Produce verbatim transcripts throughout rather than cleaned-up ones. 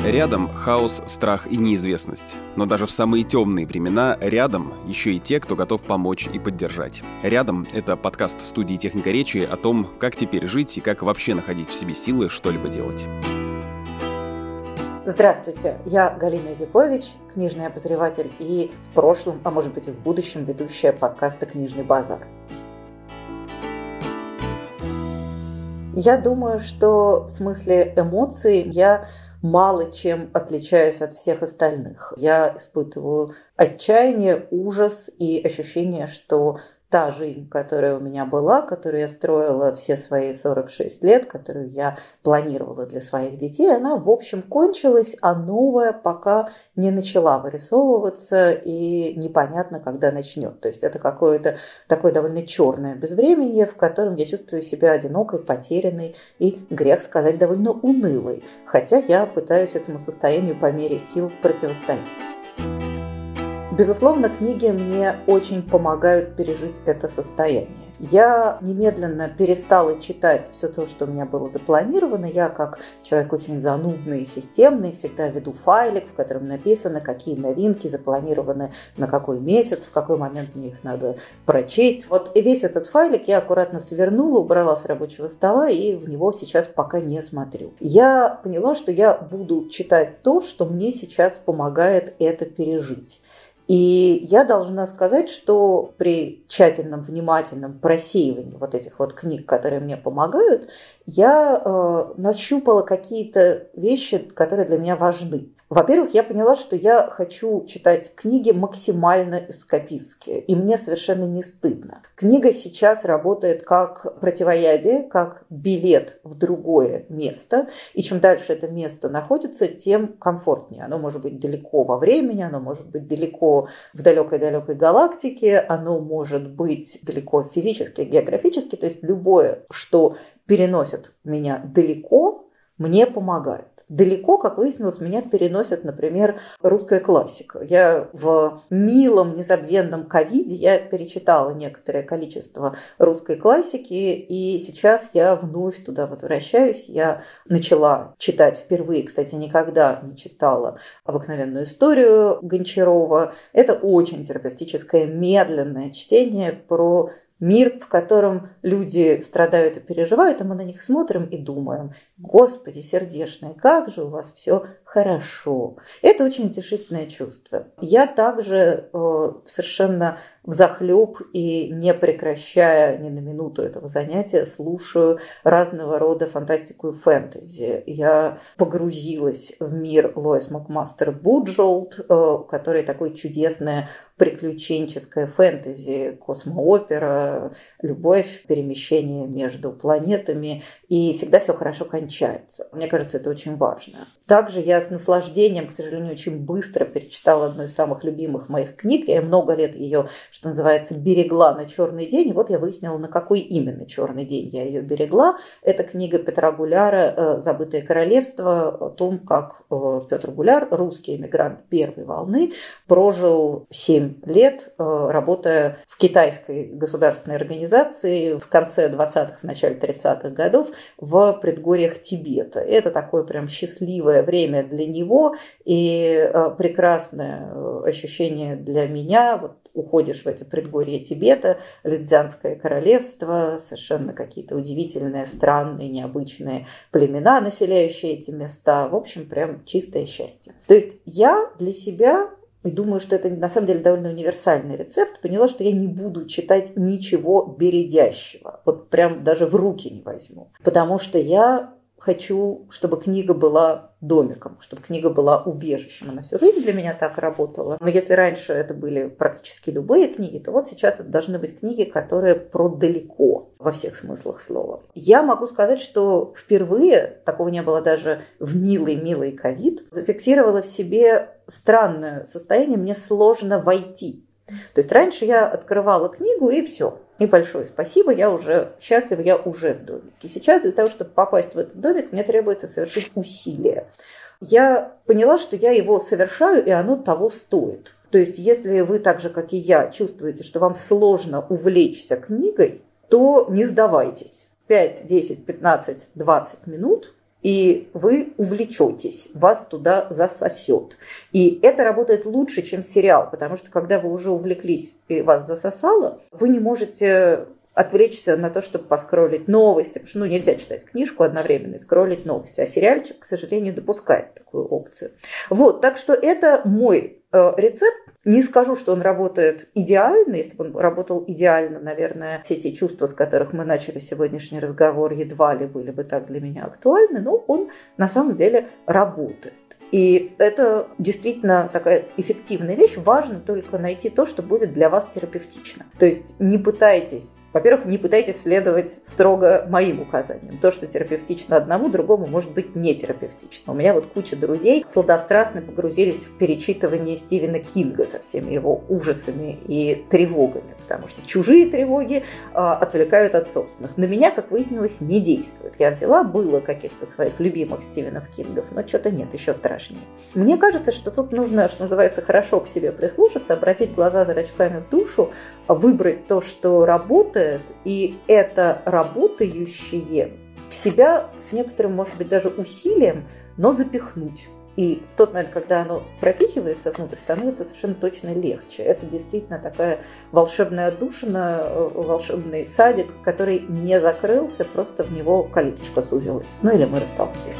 Рядом хаос, страх и неизвестность. Но даже в самые темные времена рядом еще и те, кто готов помочь и поддержать. «Рядом» — это подкаст студии «Техника речи» о том, как теперь жить и как вообще находить в себе силы что-либо делать. Здравствуйте, я Галина Юзефович, книжный обозреватель и в прошлом, а может быть и в будущем, ведущая подкаста «Книжный базар». Я думаю, что в смысле эмоций я мало чем отличаюсь от всех остальных. Я испытываю отчаяние, ужас и ощущение, что та жизнь, которая у меня была, которую я строила все свои сорок шесть лет, которую я планировала для своих детей, она, в общем, кончилась, а новая пока не начала вырисовываться и непонятно, когда начнет. То есть это какое-то такое довольно черное безвременье, в котором я чувствую себя одинокой, потерянной и, грех сказать, довольно унылой, хотя я пытаюсь этому состоянию по мере сил противостоять. Безусловно, книги мне очень помогают пережить это состояние. Я немедленно перестала читать все то, что у меня было запланировано. Я, как человек очень занудный и системный, всегда веду файлик, в котором написано, какие новинки запланированы на какой месяц, в какой момент мне их надо прочесть. Вот и весь этот файлик я аккуратно свернула, убрала с рабочего стола и в него сейчас пока не смотрю. Я поняла, что я буду читать то, что мне сейчас помогает это пережить. И я должна сказать, что при тщательном, внимательном просеивании вот этих вот книг, которые мне помогают, я э, нащупала какие-то вещи, которые для меня важны. Во-первых, я поняла, что я хочу читать книги максимально эскапистские, и мне совершенно не стыдно. Книга сейчас работает как противоядие, как билет в другое место, и чем дальше это место находится, тем комфортнее. Оно может быть далеко во времени, оно может быть далеко в далекой-далекой галактике, оно может быть далеко физически, географически, то есть любое, что переносит меня далеко, мне помогает. Далеко, как выяснилось, меня переносит, например, русская классика. Я в милом, незабвенном ковиде я перечитала некоторое количество русской классики, и сейчас я вновь туда возвращаюсь. Я начала читать впервые, кстати, никогда не читала «Обыкновенную историю» Гончарова. Это очень терапевтическое, медленное чтение про мир, в котором люди страдают и переживают, а мы на них смотрим и думаем: Господи сердечный, как же у вас все хорошо. Это очень утешительное чувство. Я также э, совершенно взахлеб и не прекращая ни на минуту этого занятия слушаю разного рода фантастику и фэнтези. Я погрузилась в мир Лоис Макмастер Буджолд, э, который такой чудесное приключенческое фэнтези, космоопера, любовь, перемещение между планетами, и всегда все хорошо кончается. Мне кажется, это очень важно. Также я с наслаждением, к сожалению, очень быстро перечитала одну из самых любимых моих книг. Я много лет ее, что называется, берегла на черный день, и вот я выяснила, на какой именно черный день я ее берегла. Это книга Петра Гуляра «Забытое королевство», о том, как Петр Гуляр, русский эмигрант первой волны, прожил семь лет, работая в китайской государственной организации в конце двадцатых, в начале тридцатых годов в предгорьях Тибета. Это такое прям счастливое время для него и прекрасное ощущение для меня. Вот уходишь в эти предгорья Тибета, Лидзянское королевство, совершенно какие-то удивительные, странные, необычные племена, населяющие эти места. В общем, прям чистое счастье. То есть я для себя, и думаю, что это на самом деле довольно универсальный рецепт, поняла, что я не буду читать ничего бередящего. Вот прям даже в руки не возьму. Потому что я хочу, чтобы книга была домиком, чтобы книга была убежищем. Она всю жизнь для меня так работала. Но если раньше это были практически любые книги, то вот сейчас это должны быть книги, которые про далеко во всех смыслах слова. Я могу сказать, что впервые, такого не было даже в милый-милый ковид, зафиксировала в себе странное состояние, мне сложно войти. То есть раньше я открывала книгу и все. И большое спасибо, я уже счастлива, я уже в домике. Сейчас для того, чтобы попасть в этот домик, мне требуется совершить усилия. Я поняла, что я его совершаю, и оно того стоит. То есть если вы так же, как и я, чувствуете, что вам сложно увлечься книгой, то не сдавайтесь. пять, десять, пятнадцать, двадцать минут и вы увлечетесь, вас туда засосет. И это работает лучше, чем сериал, потому что когда вы уже увлеклись и вас засосало, вы не можете отвлечься на то, чтобы поскроллить новости, потому что ну, нельзя читать книжку одновременно и скроллить новости, а сериальчик, к сожалению, допускает такую опцию. Вот, так что это мой э, рецепт. Не скажу, что он работает идеально. Если бы он работал идеально, наверное, все те чувства, с которых мы начали сегодняшний разговор, едва ли были бы так для меня актуальны, но он на самом деле работает. И это действительно такая эффективная вещь. Важно только найти то, что будет для вас терапевтично. То есть не пытайтесь, во-первых, не пытайтесь следовать строго моим указаниям. То, что терапевтично одному, другому может быть не терапевтично. У меня вот куча друзей сладострастно погрузились в перечитывание Стивена Кинга со всеми его ужасами и тревогами, потому что чужие тревоги а, отвлекают от собственных. На меня, как выяснилось, не действуют. Я взяла, было каких-то своих любимых Стивенов Кингов, но что-то нет, еще страшнее. Мне кажется, что тут нужно, что называется, хорошо к себе прислушаться, обратить глаза зрачками в душу, выбрать то, что работает, и это работающее в себя с некоторым, может быть, даже усилием, но запихнуть. И в тот момент, когда оно пропихивается внутрь, становится совершенно точно легче. Это действительно такая волшебная отдушина, волшебный садик, который не закрылся, просто в него калиточка сузилась. Ну или мы растолстели.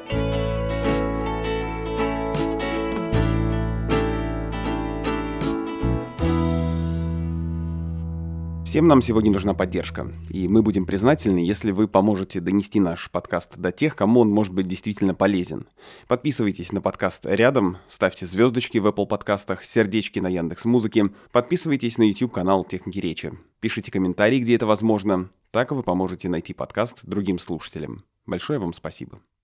Всем нам сегодня нужна поддержка, и мы будем признательны, если вы поможете донести наш подкаст до тех, кому он может быть действительно полезен. Подписывайтесь на подкаст «Рядом», ставьте звездочки в Apple подкастах, сердечки на Яндекс.Музыке, подписывайтесь на YouTube-канал «Техники речи», пишите комментарии, где это возможно, так вы поможете найти подкаст другим слушателям. Большое вам спасибо.